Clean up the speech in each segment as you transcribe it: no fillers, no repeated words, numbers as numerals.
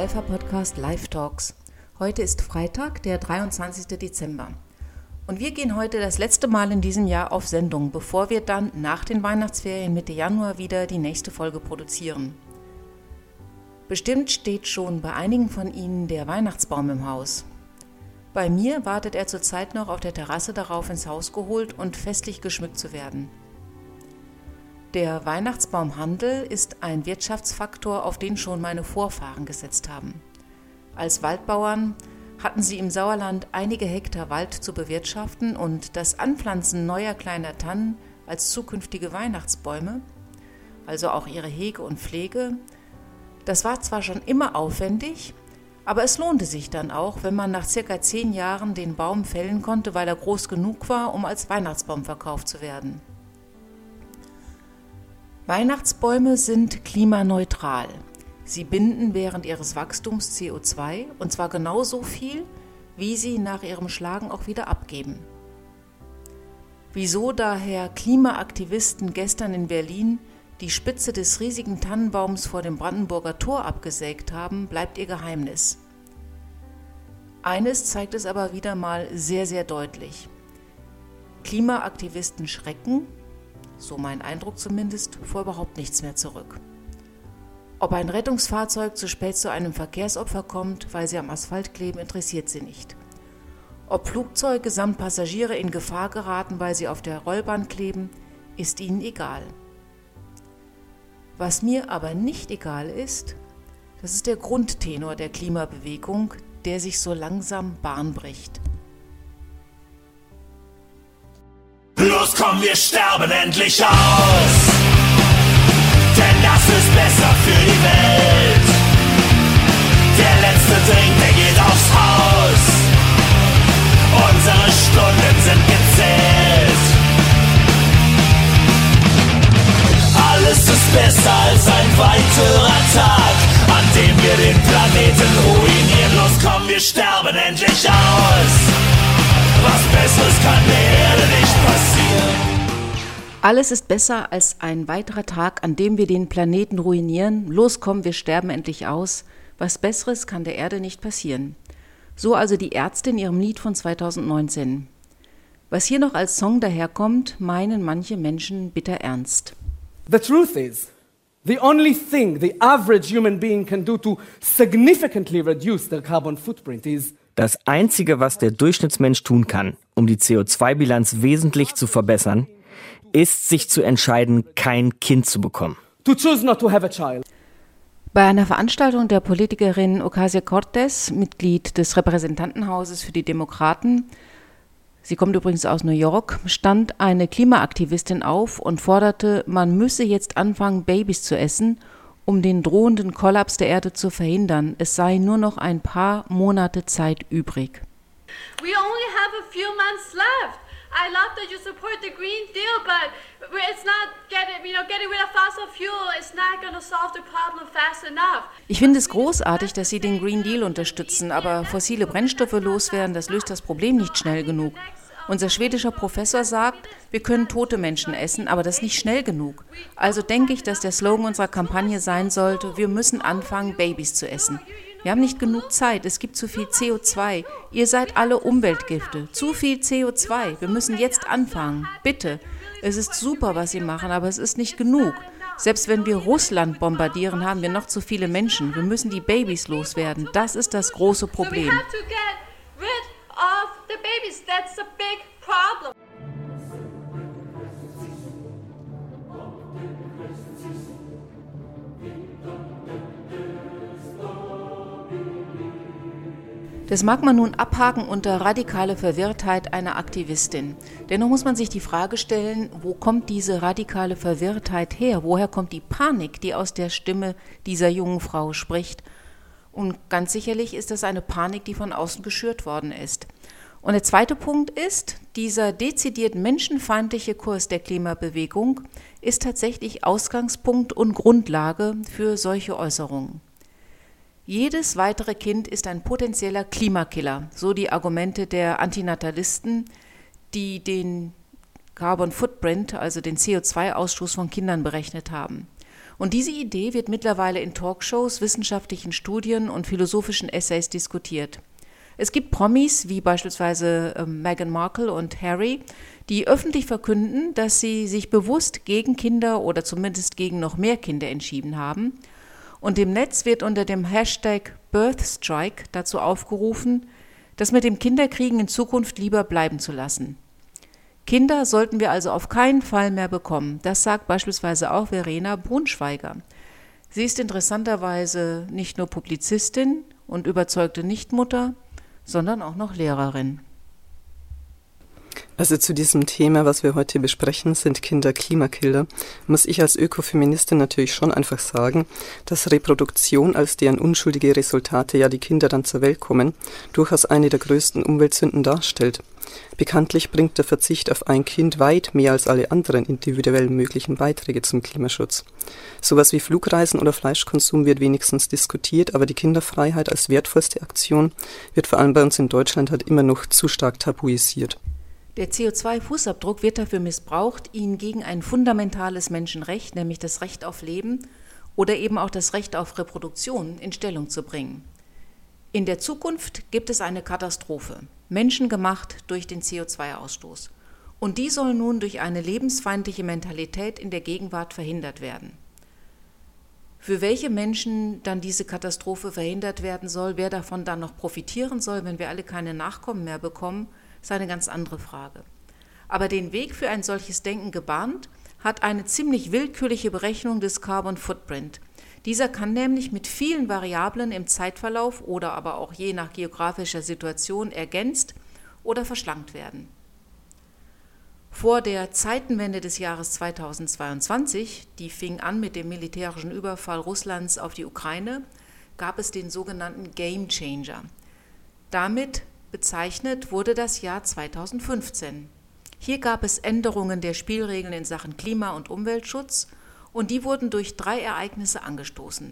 Alpha-Podcast Live Talks. Heute ist Freitag, der 23. Dezember. Und wir gehen heute das letzte Mal in diesem Jahr auf Sendung, bevor wir dann nach den Weihnachtsferien Mitte Januar wieder die nächste Folge produzieren. Bestimmt steht schon bei einigen von Ihnen der Weihnachtsbaum im Haus. Bei mir wartet er zurzeit noch auf der Terrasse darauf, ins Haus geholt und festlich geschmückt zu werden. Der Weihnachtsbaumhandel ist ein Wirtschaftsfaktor, auf den schon meine Vorfahren gesetzt haben. Als Waldbauern hatten sie im Sauerland einige Hektar Wald zu bewirtschaften und das Anpflanzen neuer kleiner Tannen als zukünftige Weihnachtsbäume, also auch ihre Hege und Pflege, das war zwar schon immer aufwendig, aber es lohnte sich dann auch, wenn man nach ca. 10 Jahren den Baum fällen konnte, weil er groß genug war, um als Weihnachtsbaum verkauft zu werden. Weihnachtsbäume sind klimaneutral. Sie binden während ihres Wachstums CO2, und zwar genauso viel, wie sie nach ihrem Schlagen auch wieder abgeben. Wieso daher Klimaaktivisten gestern in Berlin die Spitze des riesigen Tannenbaums vor dem Brandenburger Tor abgesägt haben, bleibt ihr Geheimnis. Eines zeigt es aber wieder mal sehr, sehr deutlich. Klimaaktivisten schrecken, so mein Eindruck zumindest, vor überhaupt nichts mehr zurück. Ob ein Rettungsfahrzeug zu spät zu einem Verkehrsopfer kommt, weil sie am Asphalt kleben, interessiert sie nicht. Ob Flugzeuge samt Passagiere in Gefahr geraten, weil sie auf der Rollbahn kleben, ist ihnen egal. Was mir aber nicht egal ist, das ist der Grundtenor der Klimabewegung, der sich so langsam Bahn bricht. Los komm, wir sterben endlich aus, denn das ist besser für die Welt. Der letzte Drink, der geht aufs Haus, unsere Stunden sind gezählt. Alles ist besser als ein weiterer Tag, an dem wir den Planeten ruinieren. Los komm, wir sterben endlich aus. Was Besseres kann der Erde nicht passieren. Alles ist besser als ein weiterer Tag, an dem wir den Planeten ruinieren. Los, komm, wir sterben endlich aus. Was Besseres kann der Erde nicht passieren. So also die Ärzte in ihrem Lied von 2019. Was hier noch als Song daherkommt, meinen manche Menschen bitter ernst. The truth is, the only thing the average human being can do to significantly reduce their carbon footprint is Das Einzige, was der Durchschnittsmensch tun kann, um die CO2-Bilanz wesentlich zu verbessern, ist, sich zu entscheiden, kein Kind zu bekommen. to choose not to have a child. Bei einer Veranstaltung der Politikerin Ocasio-Cortez, Mitglied des Repräsentantenhauses für die Demokraten, sie kommt übrigens aus New York, stand eine Klimaaktivistin auf und forderte, man müsse jetzt anfangen, Babys zu essen, um den drohenden Kollaps der Erde zu verhindern. Es sei nur noch ein paar Monate Zeit übrig. We only have a few months left. I love that you support the Green Deal, but it's not getting rid of fossil fuel. It's not going to solve the problem fast enough. Ich finde es großartig, dass Sie den Green Deal unterstützen, aber fossile Brennstoffe loswerden, das löst das Problem nicht schnell genug. Unser schwedischer Professor sagt, wir können tote Menschen essen, aber das nicht schnell genug. Also denke ich, dass der Slogan unserer Kampagne sein sollte, wir müssen anfangen, Babys zu essen. Wir haben nicht genug Zeit, es gibt zu viel CO2. Ihr seid alle Umweltgifte. Zu viel CO2. Wir müssen jetzt anfangen. Bitte. Es ist super, was Sie machen, aber es ist nicht genug. Selbst wenn wir Russland bombardieren, haben wir noch zu viele Menschen. Wir müssen die Babys loswerden. Das ist das große Problem. So we have to get rid of the babies. That's a big problem. Das mag man nun abhaken unter radikale Verwirrtheit einer Aktivistin. Dennoch muss man sich die Frage stellen, wo kommt diese radikale Verwirrtheit her? Woher kommt die Panik, die aus der Stimme dieser jungen Frau spricht? Und ganz sicherlich ist das eine Panik, die von außen geschürt worden ist. Und der zweite Punkt ist, dieser dezidiert menschenfeindliche Kurs der Klimabewegung ist tatsächlich Ausgangspunkt und Grundlage für solche Äußerungen. Jedes weitere Kind ist ein potenzieller Klimakiller, so die Argumente der Antinatalisten, die den Carbon Footprint, also den CO2-Ausstoß von Kindern berechnet haben. Und diese Idee wird mittlerweile in Talkshows, wissenschaftlichen Studien und philosophischen Essays diskutiert. Es gibt Promis wie beispielsweise Meghan Markle und Harry, die öffentlich verkünden, dass sie sich bewusst gegen Kinder oder zumindest gegen noch mehr Kinder entschieden haben. Und im Netz wird unter dem Hashtag Birthstrike dazu aufgerufen, das mit dem Kinderkriegen in Zukunft lieber bleiben zu lassen. Kinder sollten wir also auf keinen Fall mehr bekommen. Das sagt beispielsweise auch Verena Braunschweiger. Sie ist interessanterweise nicht nur Publizistin und überzeugte Nichtmutter, sondern auch noch Lehrerin. Also zu diesem Thema, was wir heute besprechen, sind Kinder Klimakiller, muss ich als Ökofeministin natürlich schon einfach sagen, dass Reproduktion, als deren unschuldige Resultate ja die Kinder dann zur Welt kommen, durchaus eine der größten Umweltsünden darstellt. Bekanntlich bringt der Verzicht auf ein Kind weit mehr als alle anderen individuell möglichen Beiträge zum Klimaschutz. Sowas wie Flugreisen oder Fleischkonsum wird wenigstens diskutiert, aber die Kinderfreiheit als wertvollste Aktion wird vor allem bei uns in Deutschland halt immer noch zu stark tabuisiert. Der CO2-Fußabdruck wird dafür missbraucht, ihn gegen ein fundamentales Menschenrecht, nämlich das Recht auf Leben oder eben auch das Recht auf Reproduktion, in Stellung zu bringen. In der Zukunft gibt es eine Katastrophe, menschengemacht durch den CO2-Ausstoß. Und die soll nun durch eine lebensfeindliche Mentalität in der Gegenwart verhindert werden. Für welche Menschen dann diese Katastrophe verhindert werden soll, wer davon dann noch profitieren soll, wenn wir alle keine Nachkommen mehr bekommen, ist eine ganz andere Frage. Aber den Weg für ein solches Denken gebahnt hat eine ziemlich willkürliche Berechnung des Carbon Footprint. Dieser kann nämlich mit vielen Variablen im Zeitverlauf oder aber auch je nach geografischer Situation ergänzt oder verschlankt werden. Vor der Zeitenwende des Jahres 2022, die fing an mit dem militärischen Überfall Russlands auf die Ukraine, gab es den sogenannten Game Changer. Damit bezeichnet wurde das Jahr 2015. Hier gab es Änderungen der Spielregeln in Sachen Klima- und Umweltschutz und die wurden durch 3 Ereignisse angestoßen.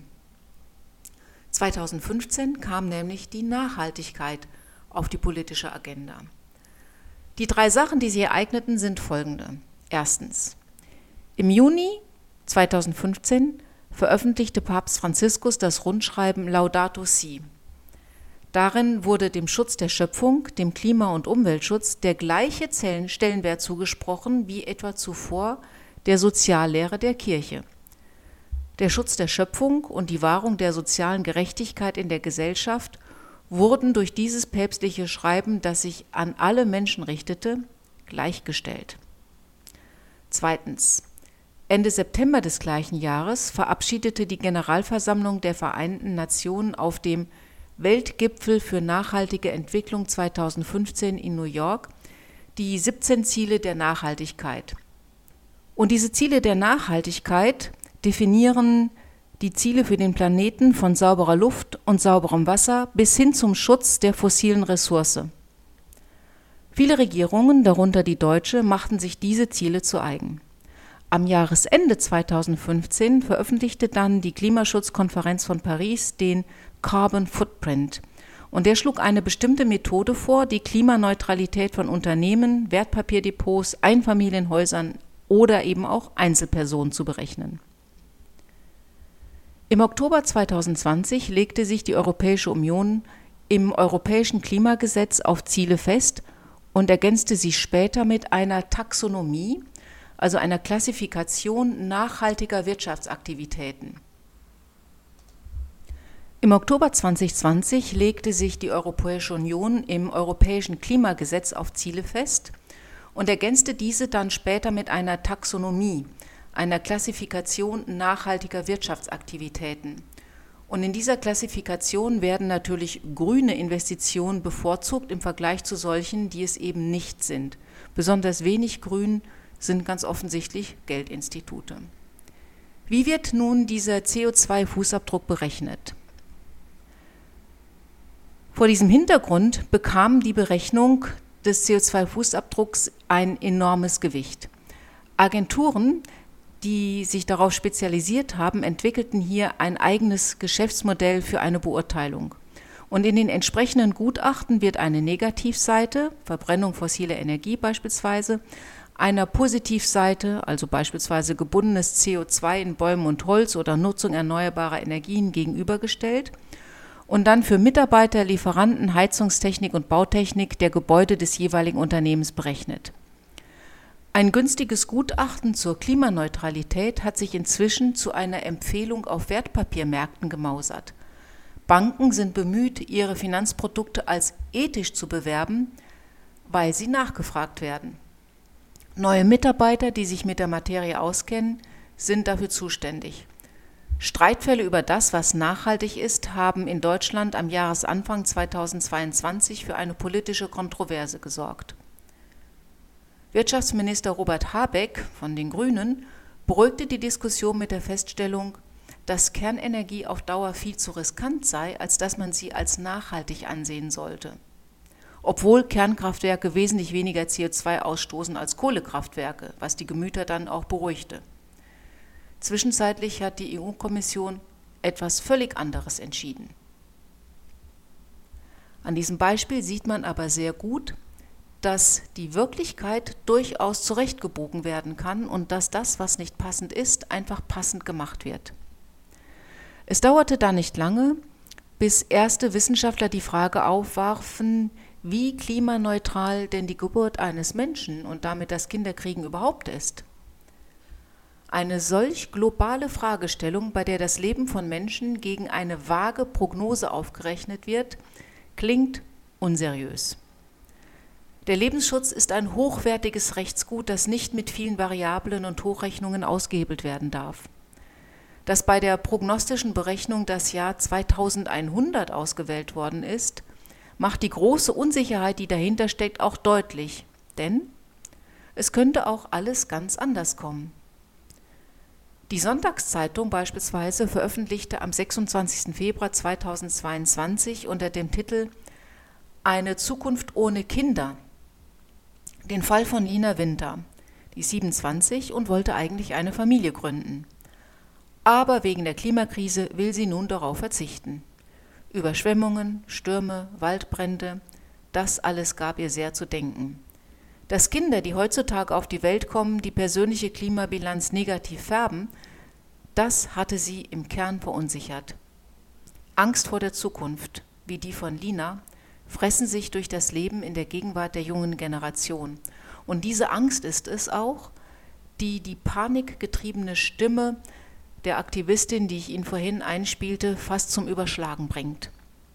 2015 kam nämlich die Nachhaltigkeit auf die politische Agenda. Die 3 Sachen, die sich ereigneten, sind folgende. Erstens: Im Juni 2015 veröffentlichte Papst Franziskus das Rundschreiben Laudato Si. Darin wurde dem Schutz der Schöpfung, dem Klima- und Umweltschutz der gleiche Stellenwert zugesprochen wie etwa zuvor der Soziallehre der Kirche. Der Schutz der Schöpfung und die Wahrung der sozialen Gerechtigkeit in der Gesellschaft wurden durch dieses päpstliche Schreiben, das sich an alle Menschen richtete, gleichgestellt. Zweitens: Ende September des gleichen Jahres verabschiedete die Generalversammlung der Vereinten Nationen auf dem Weltgipfel für nachhaltige Entwicklung 2015 in New York die 17 Ziele der Nachhaltigkeit. Und diese Ziele der Nachhaltigkeit definieren die Ziele für den Planeten von sauberer Luft und sauberem Wasser bis hin zum Schutz der fossilen Ressource. Viele Regierungen, darunter die deutsche, machten sich diese Ziele zu eigen. Am Jahresende 2015 veröffentlichte dann die Klimaschutzkonferenz von Paris den Carbon Footprint. Und der schlug eine bestimmte Methode vor, die Klimaneutralität von Unternehmen, Wertpapierdepots, Einfamilienhäusern oder eben auch Einzelpersonen zu berechnen. Im Oktober 2020 legte sich die Europäische Union im Europäischen Klimagesetz auf Ziele fest und ergänzte sie später mit einer Taxonomie, also einer Klassifikation nachhaltiger Wirtschaftsaktivitäten. Im Oktober 2020 legte sich die Europäische Union im Europäischen Klimagesetz auf Ziele fest und ergänzte diese dann später mit einer Taxonomie, einer Klassifikation nachhaltiger Wirtschaftsaktivitäten. Und in dieser Klassifikation werden natürlich grüne Investitionen bevorzugt im Vergleich zu solchen, die es eben nicht sind. Besonders wenig grün sind ganz offensichtlich Geldinstitute. Wie wird nun dieser CO2-Fußabdruck berechnet? Vor diesem Hintergrund bekam die Berechnung des CO2-Fußabdrucks ein enormes Gewicht. Agenturen, die sich darauf spezialisiert haben, entwickelten hier ein eigenes Geschäftsmodell für eine Beurteilung. Und in den entsprechenden Gutachten wird eine Negativseite, Verbrennung fossiler Energie beispielsweise, einer Positivseite, also beispielsweise gebundenes CO2 in Bäumen und Holz oder Nutzung erneuerbarer Energien, gegenübergestellt und dann für Mitarbeiter, Lieferanten, Heizungstechnik und Bautechnik der Gebäude des jeweiligen Unternehmens berechnet. Ein günstiges Gutachten zur Klimaneutralität hat sich inzwischen zu einer Empfehlung auf Wertpapiermärkten gemausert. Banken sind bemüht, ihre Finanzprodukte als ethisch zu bewerben, weil sie nachgefragt werden. Neue Mitarbeiter, die sich mit der Materie auskennen, sind dafür zuständig. Streitfälle über das, was nachhaltig ist, haben in Deutschland am Jahresanfang 2022 für eine politische Kontroverse gesorgt. Wirtschaftsminister Robert Habeck von den Grünen beruhigte die Diskussion mit der Feststellung, dass Kernenergie auf Dauer viel zu riskant sei, als dass man sie als nachhaltig ansehen sollte. Obwohl Kernkraftwerke wesentlich weniger CO2 ausstoßen als Kohlekraftwerke, was die Gemüter dann auch beruhigte. Zwischenzeitlich hat die EU-Kommission etwas völlig anderes entschieden. An diesem Beispiel sieht man aber sehr gut, dass die Wirklichkeit durchaus zurechtgebogen werden kann und dass das, was nicht passend ist, einfach passend gemacht wird. Es dauerte dann nicht lange, bis erste Wissenschaftler die Frage aufwarfen, wie klimaneutral denn die Geburt eines Menschen und damit das Kinderkriegen überhaupt ist. Eine solch globale Fragestellung, bei der das Leben von Menschen gegen eine vage Prognose aufgerechnet wird, klingt unseriös. Der Lebensschutz ist ein hochwertiges Rechtsgut, das nicht mit vielen Variablen und Hochrechnungen ausgehebelt werden darf. Dass bei der prognostischen Berechnung das Jahr 2100 ausgewählt worden ist, macht die große Unsicherheit, die dahinter steckt, auch deutlich. Denn es könnte auch alles ganz anders kommen. Die Sonntagszeitung beispielsweise veröffentlichte am 26. Februar 2022 unter dem Titel »Eine Zukunft ohne Kinder« den Fall von Lina Winter, die ist 27 und wollte eigentlich eine Familie gründen. Aber wegen der Klimakrise will sie nun darauf verzichten. Überschwemmungen, Stürme, Waldbrände, das alles gab ihr sehr zu denken. Dass Kinder, die heutzutage auf die Welt kommen, die persönliche Klimabilanz negativ färben, das hatte sie im Kern verunsichert. Angst vor der Zukunft, wie die von Lina, fressen sich durch das Leben in der Gegenwart der jungen Generation. Und diese Angst ist es auch, die die panikgetriebene Stimme der Aktivistin, die ich Ihnen vorhin einspielte, fast zum Überschlagen bringt.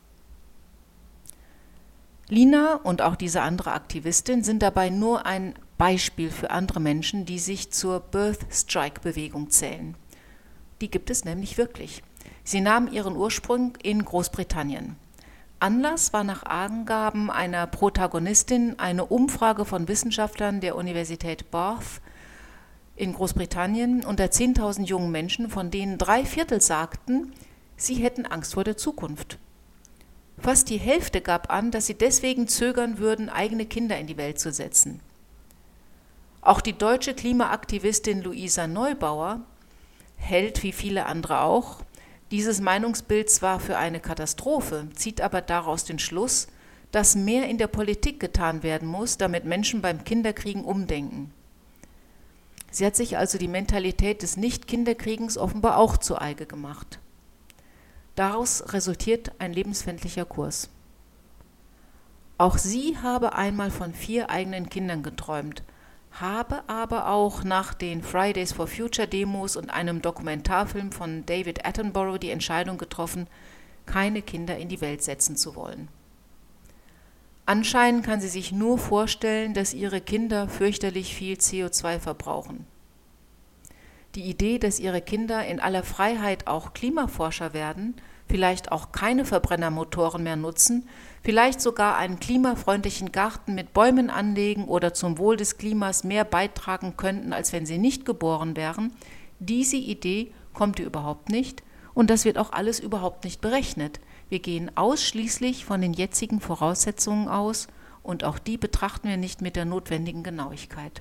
Lina und auch diese andere Aktivistin sind dabei nur ein Beispiel für andere Menschen, die sich zur Birth-Strike-Bewegung zählen. Die gibt es nämlich wirklich. Sie nahmen ihren Ursprung in Großbritannien. Anlass war nach Angaben einer Protagonistin eine Umfrage von Wissenschaftlern der Universität Bath in Großbritannien unter 10.000 jungen Menschen, von denen 3/4 sagten, sie hätten Angst vor der Zukunft. Fast die Hälfte gab an, dass sie deswegen zögern würden, eigene Kinder in die Welt zu setzen. Auch die deutsche Klimaaktivistin Luisa Neubauer hält, wie viele andere auch, dieses Meinungsbild zwar für eine Katastrophe, zieht aber daraus den Schluss, dass mehr in der Politik getan werden muss, damit Menschen beim Kinderkriegen umdenken. Sie hat sich also die Mentalität des Nicht-Kinderkriegens offenbar auch zu eigen gemacht. Daraus resultiert ein lebensfeindlicher Kurs. Auch sie habe einmal von 4 eigenen Kindern geträumt, habe aber auch nach den Fridays for Future Demos und einem Dokumentarfilm von David Attenborough die Entscheidung getroffen, keine Kinder in die Welt setzen zu wollen. Anscheinend kann sie sich nur vorstellen, dass ihre Kinder fürchterlich viel CO2 verbrauchen. Die Idee, dass ihre Kinder in aller Freiheit auch Klimaforscher werden, vielleicht auch keine Verbrennermotoren mehr nutzen, vielleicht sogar einen klimafreundlichen Garten mit Bäumen anlegen oder zum Wohl des Klimas mehr beitragen könnten, als wenn sie nicht geboren wären, diese Idee kommt ihr überhaupt nicht und das wird auch alles überhaupt nicht berechnet. Wir gehen ausschließlich von den jetzigen Voraussetzungen aus und auch die betrachten wir nicht mit der notwendigen Genauigkeit.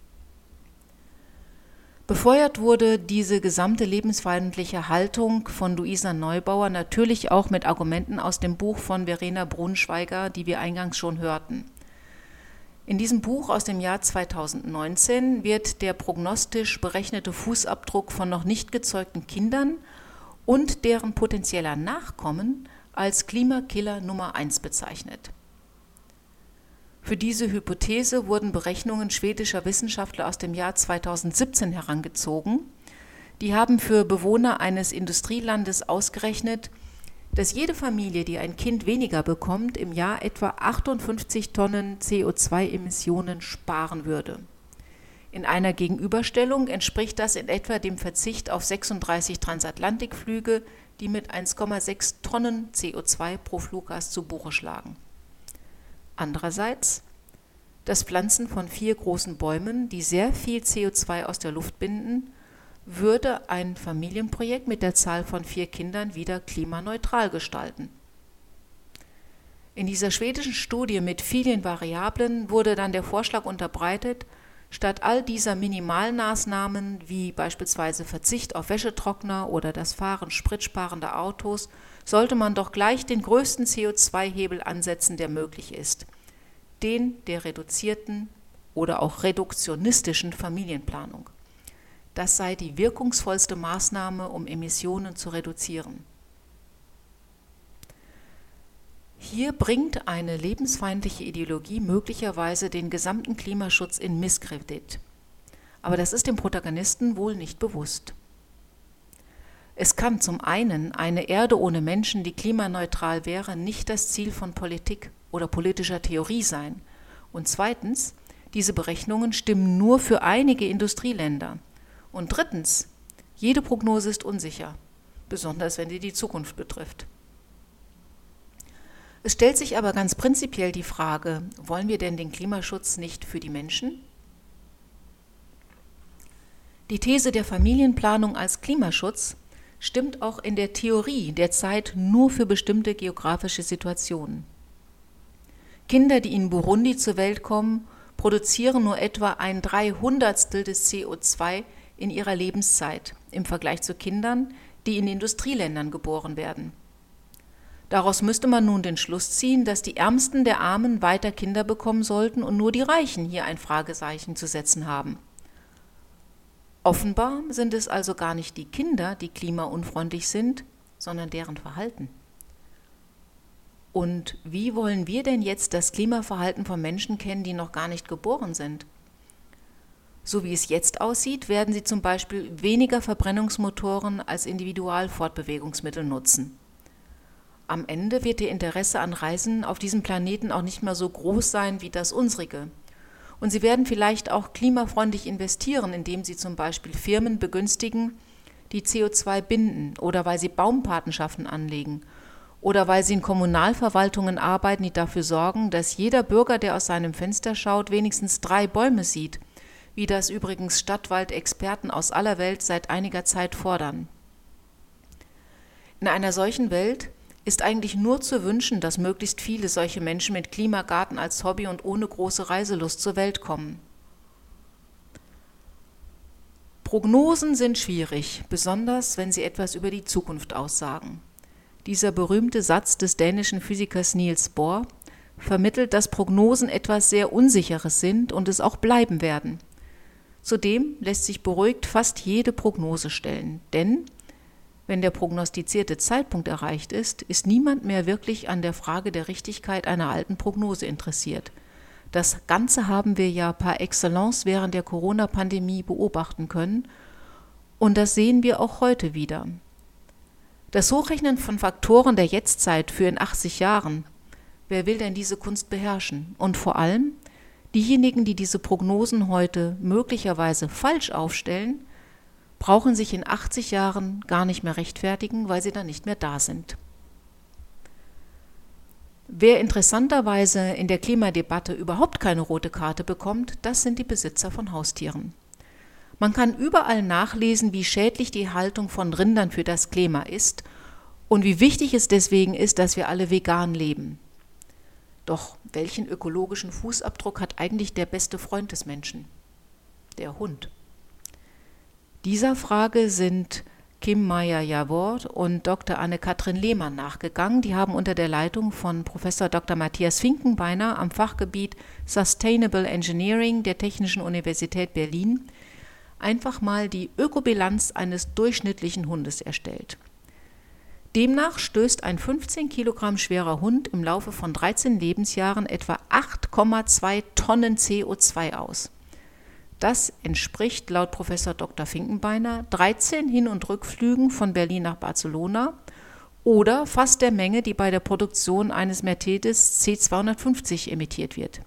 Befeuert wurde diese gesamte lebensfeindliche Haltung von Luisa Neubauer natürlich auch mit Argumenten aus dem Buch von Verena Braunschweiger, die wir eingangs schon hörten. In diesem Buch aus dem Jahr 2019 wird der prognostisch berechnete Fußabdruck von noch nicht gezeugten Kindern und deren potenzieller Nachkommen als Klimakiller Nummer 1 bezeichnet. Für diese Hypothese wurden Berechnungen schwedischer Wissenschaftler aus dem Jahr 2017 herangezogen. Die haben für Bewohner eines Industrielandes ausgerechnet, dass jede Familie, die ein Kind weniger bekommt, im Jahr etwa 58 Tonnen CO2-Emissionen sparen würde. In einer Gegenüberstellung entspricht das in etwa dem Verzicht auf 36 Transatlantikflüge, die mit 1,6 Tonnen CO2 pro Fluggast zu Buche schlagen. Andererseits, das Pflanzen von 4 großen Bäumen, die sehr viel CO2 aus der Luft binden, würde ein Familienprojekt mit der Zahl von 4 Kindern wieder klimaneutral gestalten. In dieser schwedischen Studie mit vielen Variablen wurde dann der Vorschlag unterbreitet, statt all dieser Minimalmaßnahmen wie beispielsweise Verzicht auf Wäschetrockner oder das Fahren spritsparender Autos, sollte man doch gleich den größten CO2-Hebel ansetzen, der möglich ist, den der reduzierten oder auch reduktionistischen Familienplanung. Das sei die wirkungsvollste Maßnahme, um Emissionen zu reduzieren. Hier bringt eine lebensfeindliche Ideologie möglicherweise den gesamten Klimaschutz in Misskredit. Aber das ist dem Protagonisten wohl nicht bewusst. Es kann zum einen eine Erde ohne Menschen, die klimaneutral wäre, nicht das Ziel von Politik oder politischer Theorie sein. Und zweitens, diese Berechnungen stimmen nur für einige Industrieländer. Und drittens, jede Prognose ist unsicher, besonders wenn sie die Zukunft betrifft. Es stellt sich aber ganz prinzipiell die Frage, wollen wir denn den Klimaschutz nicht für die Menschen? Die These der Familienplanung als Klimaschutz stimmt auch in der Theorie derzeit nur für bestimmte geografische Situationen. Kinder, die in Burundi zur Welt kommen, produzieren nur etwa 1/300 des CO2 in ihrer Lebenszeit im Vergleich zu Kindern, die in Industrieländern geboren werden. Daraus müsste man nun den Schluss ziehen, dass die Ärmsten der Armen weiter Kinder bekommen sollten und nur die Reichen hier ein Fragezeichen zu setzen haben. Offenbar sind es also gar nicht die Kinder, die klimaunfreundlich sind, sondern deren Verhalten. Und wie wollen wir denn jetzt das Klimaverhalten von Menschen kennen, die noch gar nicht geboren sind? So wie es jetzt aussieht, werden sie zum Beispiel weniger Verbrennungsmotoren als Individualfortbewegungsmittel nutzen. Am Ende wird ihr Interesse an Reisen auf diesem Planeten auch nicht mehr so groß sein wie das unsrige. Und sie werden vielleicht auch klimafreundlich investieren, indem sie zum Beispiel Firmen begünstigen, die CO2 binden, oder weil sie Baumpatenschaften anlegen, oder weil sie in Kommunalverwaltungen arbeiten, die dafür sorgen, dass jeder Bürger, der aus seinem Fenster schaut, wenigstens 3 Bäume sieht, wie das übrigens Stadtwaldexperten aus aller Welt seit einiger Zeit fordern. In einer solchen Welt ist eigentlich nur zu wünschen, dass möglichst viele solche Menschen mit Klimagarten als Hobby und ohne große Reiselust zur Welt kommen. Prognosen sind schwierig, besonders wenn sie etwas über die Zukunft aussagen. Dieser berühmte Satz des dänischen Physikers Niels Bohr vermittelt, dass Prognosen etwas sehr Unsicheres sind und es auch bleiben werden. Zudem lässt sich beruhigt fast jede Prognose stellen, denn wenn der prognostizierte Zeitpunkt erreicht ist, ist niemand mehr wirklich an der Frage der Richtigkeit einer alten Prognose interessiert. Das Ganze haben wir ja par excellence während der Corona-Pandemie beobachten können und das sehen wir auch heute wieder. Das Hochrechnen von Faktoren der Jetztzeit für in 80 Jahren, wer will denn diese Kunst beherrschen? Und vor allem, diejenigen, die diese Prognosen heute möglicherweise falsch aufstellen, brauchen sich in 80 Jahren gar nicht mehr rechtfertigen, weil sie dann nicht mehr da sind. Wer interessanterweise in der Klimadebatte überhaupt keine rote Karte bekommt, das sind die Besitzer von Haustieren. Man kann überall nachlesen, wie schädlich die Haltung von Rindern für das Klima ist und wie wichtig es deswegen ist, dass wir alle vegan leben. Doch welchen ökologischen Fußabdruck hat eigentlich der beste Freund des Menschen? Der Hund. Dieser Frage sind Kim Meyer-Javor und Dr. Anne-Kathrin Lehmann nachgegangen. Die haben unter der Leitung von Professor Dr. Matthias Finkenbeiner am Fachgebiet Sustainable Engineering der Technischen Universität Berlin einfach mal die Ökobilanz eines durchschnittlichen Hundes erstellt. Demnach stößt ein 15 Kilogramm schwerer Hund im Laufe von 13 Lebensjahren etwa 8,2 Tonnen CO2 aus. Das entspricht laut Professor Dr. Finkenbeiner 13 Hin- und Rückflügen von Berlin nach Barcelona oder fast der Menge, die bei der Produktion eines Mercedes C250 emittiert wird.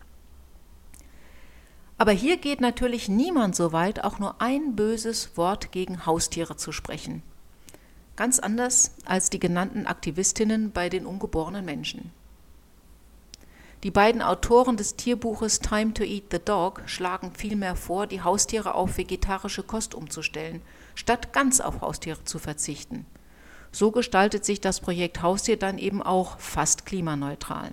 Aber hier geht natürlich niemand so weit, auch nur ein böses Wort gegen Haustiere zu sprechen. Ganz anders als die genannten Aktivistinnen bei den ungeborenen Menschen. Die beiden Autoren des Tierbuches Time to Eat the Dog schlagen vielmehr vor, die Haustiere auf vegetarische Kost umzustellen, statt ganz auf Haustiere zu verzichten. So gestaltet sich das Projekt Haustier dann eben auch fast klimaneutral.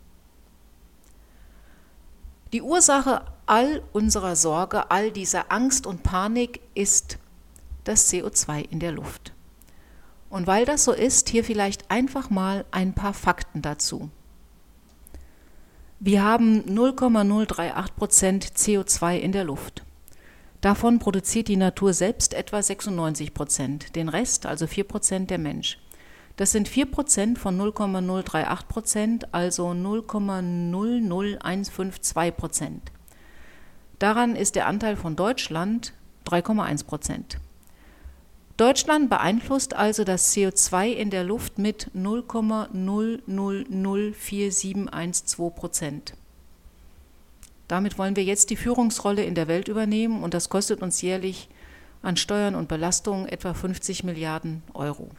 Die Ursache all unserer Sorge, all dieser Angst und Panik ist das CO2 in der Luft. Und weil das so ist, hier vielleicht einfach mal ein paar Fakten dazu. Wir haben 0,038% CO2 in der Luft. Davon produziert die Natur selbst etwa 96%, den Rest, also 4%, der Mensch. Das sind 4% von 0,038%, also 0,00152%. Daran ist der Anteil von Deutschland 3,1%. Deutschland beeinflusst also das CO2 in der Luft mit 0,0004712%. Damit wollen wir jetzt die Führungsrolle in der Welt übernehmen und das kostet uns jährlich an Steuern und Belastungen etwa 50 Milliarden Euro.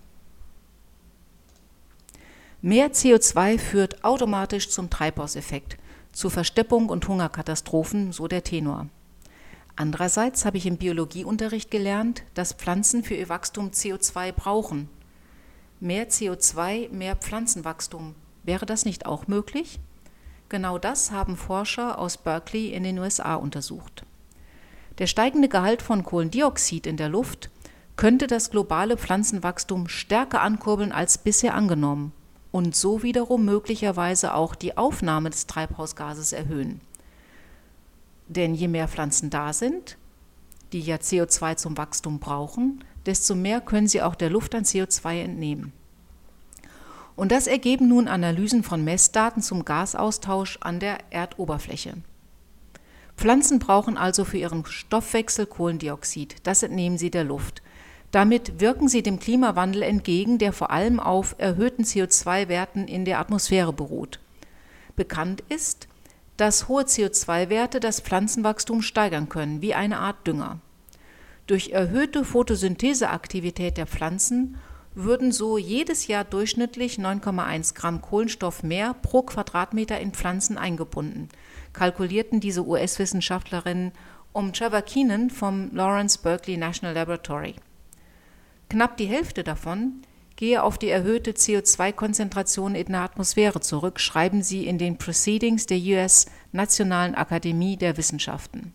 Mehr CO2 führt automatisch zum Treibhauseffekt, zu Versteppung und Hungerkatastrophen, so der Tenor. Andererseits habe ich im Biologieunterricht gelernt, dass Pflanzen für ihr Wachstum CO2 brauchen. Mehr CO2, mehr Pflanzenwachstum. Wäre das nicht auch möglich? Genau das haben Forscher aus Berkeley in den USA untersucht. Der steigende Gehalt von Kohlendioxid in der Luft könnte das globale Pflanzenwachstum stärker ankurbeln als bisher angenommen und so wiederum möglicherweise auch die Aufnahme des Treibhausgases erhöhen. Denn je mehr Pflanzen da sind, die ja CO2 zum Wachstum brauchen, desto mehr können sie auch der Luft an CO2 entnehmen. Und das ergeben nun Analysen von Messdaten zum Gasaustausch an der Erdoberfläche. Pflanzen brauchen also für ihren Stoffwechsel Kohlendioxid, das entnehmen sie der Luft. Damit wirken sie dem Klimawandel entgegen, der vor allem auf erhöhten CO2-Werten in der Atmosphäre beruht. Bekannt ist, dass hohe CO2-Werte das Pflanzenwachstum steigern können, wie eine Art Dünger. Durch erhöhte Photosyntheseaktivität der Pflanzen würden so jedes Jahr durchschnittlich 9,1 Gramm Kohlenstoff mehr pro Quadratmeter in Pflanzen eingebunden, kalkulierten diese US-Wissenschaftlerinnen um Trevor Keenan vom Lawrence Berkeley National Laboratory. Knapp die Hälfte davon gehe auf die erhöhte CO2-Konzentration in der Atmosphäre zurück, schreiben sie in den Proceedings der US Nationalen Akademie der Wissenschaften.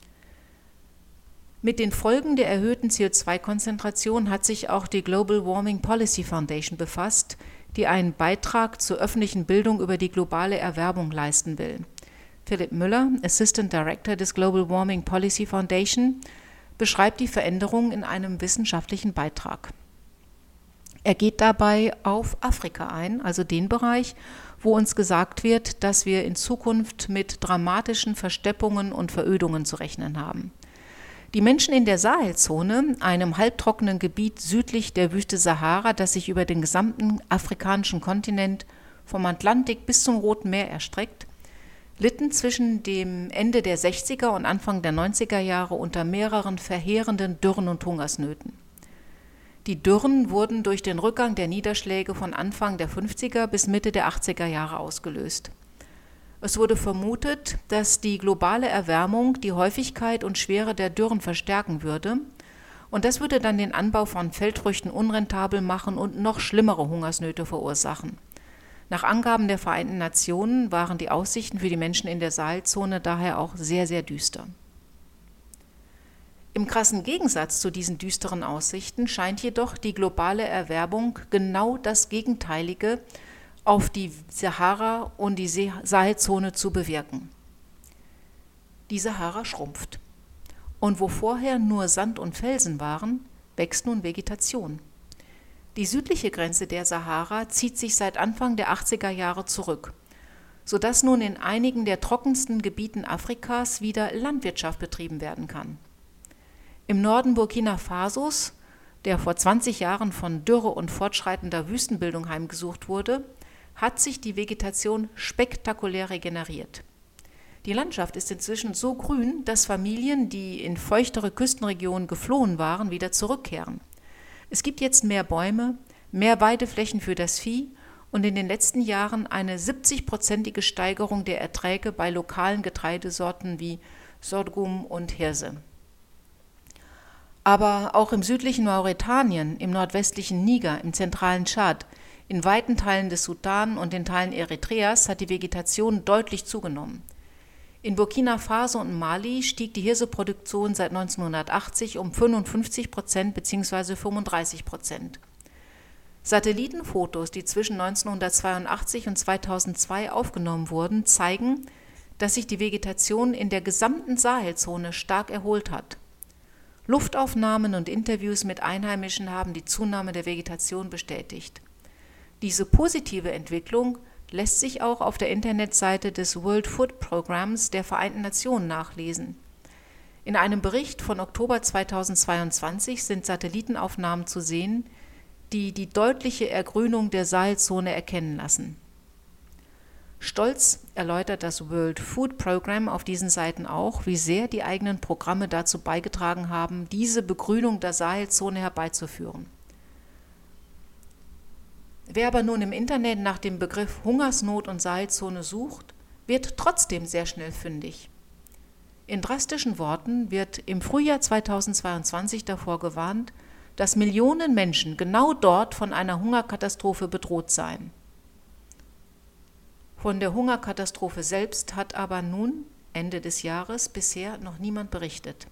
Mit den Folgen der erhöhten CO2-Konzentration hat sich auch die Global Warming Policy Foundation befasst, die einen Beitrag zur öffentlichen Bildung über die globale Erwärmung leisten will. Philipp Müller, Assistant Director des Global Warming Policy Foundation, beschreibt die Veränderungen in einem wissenschaftlichen Beitrag. Er geht dabei auf Afrika ein, also den Bereich, wo uns gesagt wird, dass wir in Zukunft mit dramatischen Versteppungen und Verödungen zu rechnen haben. Die Menschen in der Sahelzone, einem halbtrockenen Gebiet südlich der Wüste Sahara, das sich über den gesamten afrikanischen Kontinent vom Atlantik bis zum Roten Meer erstreckt, litten zwischen dem Ende der 60er und Anfang der 90er Jahre unter mehreren verheerenden Dürren und Hungersnöten. Die Dürren wurden durch den Rückgang der Niederschläge von Anfang der 50er bis Mitte der 80er Jahre ausgelöst. Es wurde vermutet, dass die globale Erwärmung die Häufigkeit und Schwere der Dürren verstärken würde und das würde dann den Anbau von Feldfrüchten unrentabel machen und noch schlimmere Hungersnöte verursachen. Nach Angaben der Vereinten Nationen waren die Aussichten für die Menschen in der Sahelzone daher auch sehr, sehr düster. Im krassen Gegensatz zu diesen düsteren Aussichten scheint jedoch die globale Erwärmung genau das Gegenteilige auf die Sahara und die Sahelzone zu bewirken. Die Sahara schrumpft. Und wo vorher nur Sand und Felsen waren, wächst nun Vegetation. Die südliche Grenze der Sahara zieht sich seit Anfang der 80er Jahre zurück, sodass nun in einigen der trockensten Gebieten Afrikas wieder Landwirtschaft betrieben werden kann. Im Norden Burkina Fasos, der vor 20 Jahren von Dürre und fortschreitender Wüstenbildung heimgesucht wurde, hat sich die Vegetation spektakulär regeneriert. Die Landschaft ist inzwischen so grün, dass Familien, die in feuchtere Küstenregionen geflohen waren, wieder zurückkehren. Es gibt jetzt mehr Bäume, mehr Weideflächen für das Vieh und in den letzten Jahren eine 70-prozentige Steigerung der Erträge bei lokalen Getreidesorten wie Sorghum und Hirse. Aber auch im südlichen Mauretanien, im nordwestlichen Niger, im zentralen Tschad, in weiten Teilen des Sudan und in Teilen Eritreas hat die Vegetation deutlich zugenommen. In Burkina Faso und Mali stieg die Hirseproduktion seit 1980 um 55% bzw. 35%. Satellitenfotos, die zwischen 1982 und 2002 aufgenommen wurden, zeigen, dass sich die Vegetation in der gesamten Sahelzone stark erholt hat. Luftaufnahmen und Interviews mit Einheimischen haben die Zunahme der Vegetation bestätigt. Diese positive Entwicklung lässt sich auch auf der Internetseite des World Food Programms der Vereinten Nationen nachlesen. In einem Bericht von Oktober 2022 sind Satellitenaufnahmen zu sehen, die die deutliche Ergrünung der Sahelzone erkennen lassen. Stolz erläutert das World Food Program auf diesen Seiten auch, wie sehr die eigenen Programme dazu beigetragen haben, diese Begrünung der Sahelzone herbeizuführen. Wer aber nun im Internet nach dem Begriff Hungersnot und Sahelzone sucht, wird trotzdem sehr schnell fündig. In drastischen Worten wird im Frühjahr 2022 davor gewarnt, dass Millionen Menschen genau dort von einer Hungerkatastrophe bedroht seien. Von der Hungerkatastrophe selbst hat aber nun, Ende des Jahres, bisher noch niemand berichtet.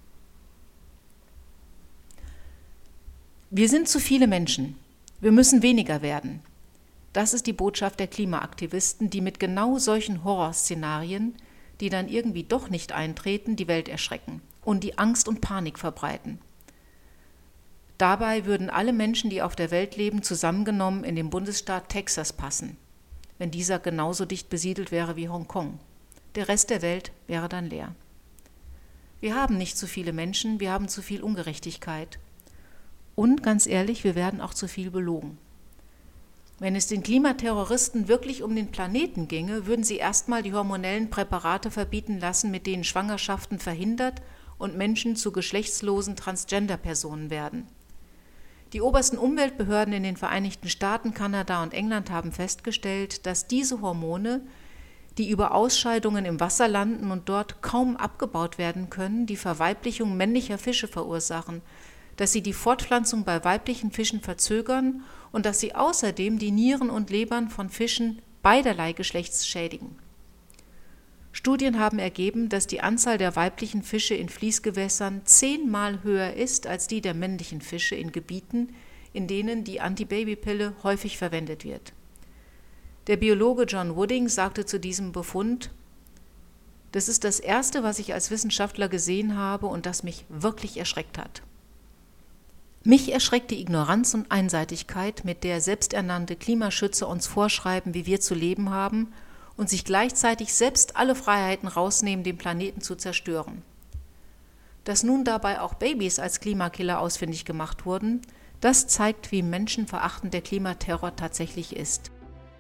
Wir sind zu viele Menschen. Wir müssen weniger werden. Das ist die Botschaft der Klimaaktivisten, die mit genau solchen Horrorszenarien, die dann irgendwie doch nicht eintreten, die Welt erschrecken und die Angst und Panik verbreiten. Dabei würden alle Menschen, die auf der Welt leben, zusammengenommen in den Bundesstaat Texas passen, wenn dieser genauso dicht besiedelt wäre wie Hongkong. Der Rest der Welt wäre dann leer. Wir haben nicht zu viele Menschen, wir haben zu viel Ungerechtigkeit. Und ganz ehrlich, wir werden auch zu viel belogen. Wenn es den Klimaterroristen wirklich um den Planeten ginge, würden sie erstmal die hormonellen Präparate verbieten lassen, mit denen Schwangerschaften verhindert und Menschen zu geschlechtslosen Transgender-Personen werden. Die obersten Umweltbehörden in den Vereinigten Staaten, Kanada und England haben festgestellt, dass diese Hormone, die über Ausscheidungen im Wasser landen und dort kaum abgebaut werden können, die Verweiblichung männlicher Fische verursachen, dass sie die Fortpflanzung bei weiblichen Fischen verzögern und dass sie außerdem die Nieren und Lebern von Fischen beiderlei Geschlechts schädigen. Studien haben ergeben, dass die Anzahl der weiblichen Fische in Fließgewässern 10-mal höher ist als die der männlichen Fische in Gebieten, in denen die Antibabypille häufig verwendet wird. Der Biologe John Wooding sagte zu diesem Befund: Das ist das Erste, was ich als Wissenschaftler gesehen habe und das mich wirklich erschreckt hat. Mich erschreckt die Ignoranz und Einseitigkeit, mit der selbsternannte Klimaschützer uns vorschreiben, wie wir zu leben haben und sich gleichzeitig selbst alle Freiheiten rausnehmen, den Planeten zu zerstören. Dass nun dabei auch Babys als Klimakiller ausfindig gemacht wurden, das zeigt, wie menschenverachtend der Klimaterror tatsächlich ist.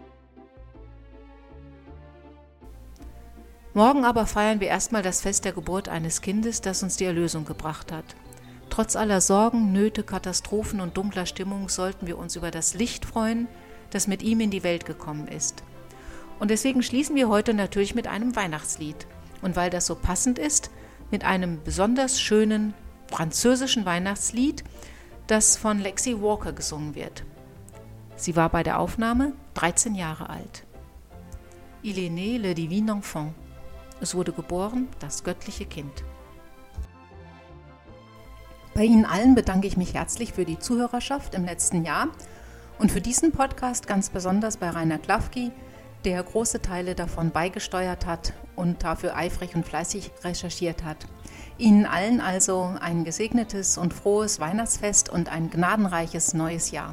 Morgen aber feiern wir erstmal das Fest der Geburt eines Kindes, das uns die Erlösung gebracht hat. Trotz aller Sorgen, Nöte, Katastrophen und dunkler Stimmung sollten wir uns über das Licht freuen, das mit ihm in die Welt gekommen ist. Und deswegen schließen wir heute natürlich mit einem Weihnachtslied. Und weil das so passend ist, mit einem besonders schönen französischen Weihnachtslied, das von Lexi Walker gesungen wird. Sie war bei der Aufnahme 13 Jahre alt. Il est né le divin enfant. Es wurde geboren, das göttliche Kind. Bei Ihnen allen bedanke ich mich herzlich für die Zuhörerschaft im letzten Jahr und für diesen Podcast ganz besonders bei Rainer Klafki, der große Teile davon beigesteuert hat und dafür eifrig und fleißig recherchiert hat. Ihnen allen also ein gesegnetes und frohes Weihnachtsfest und ein gnadenreiches neues Jahr.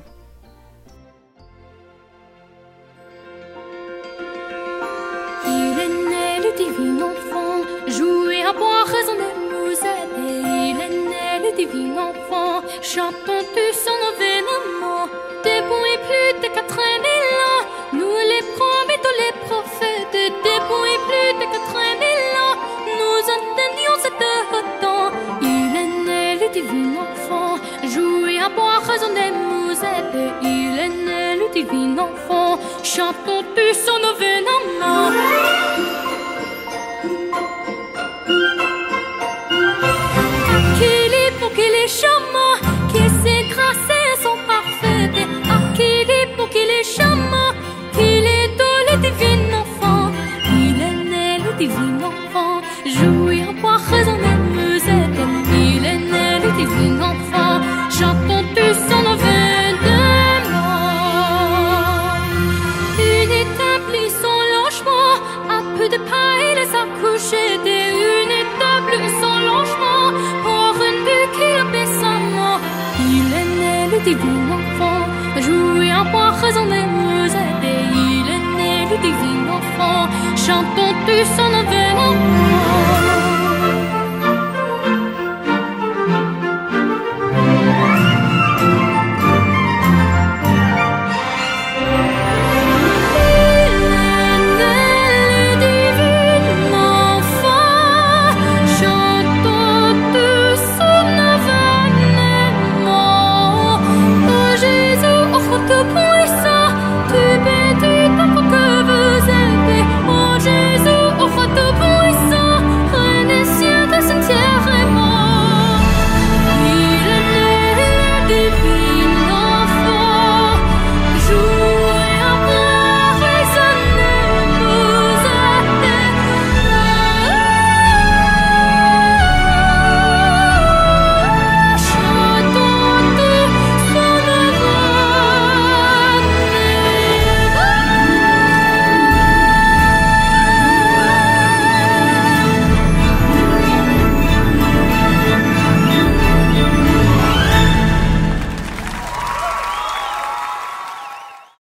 Il est né le divin enfant, jouez à boire, raisonnez, nous aider. Il est né le divin enfant, chantons tous son événement. Depuis plus de 4000 ans, nous les promettons les prophètes. Depuis plus de 4000 ans, nous entendions cette temps. Il est né le divin enfant, jouez à boire, raisonnez, nous aider. Il est né le divin enfant, chantons tous son événement. Qu'il est pour qu'il est charmant, que ses grâces sont parfaites. Qu'il est pour qu'il est charmant, qu'il est dans le divin enfant. Il est né le divin enfant, jouir, boire, raisonner, nous aider. Il est né le divin enfant, chantons tous son événement. Une étable sans logement, à peu de paille les accoucher d'une étable sans logement, pour un but qu'il abaissement. Il est né le divin enfant, jouir, boire, raisonner, nous aider. Il est né le divin enfant, chantons tous son événement.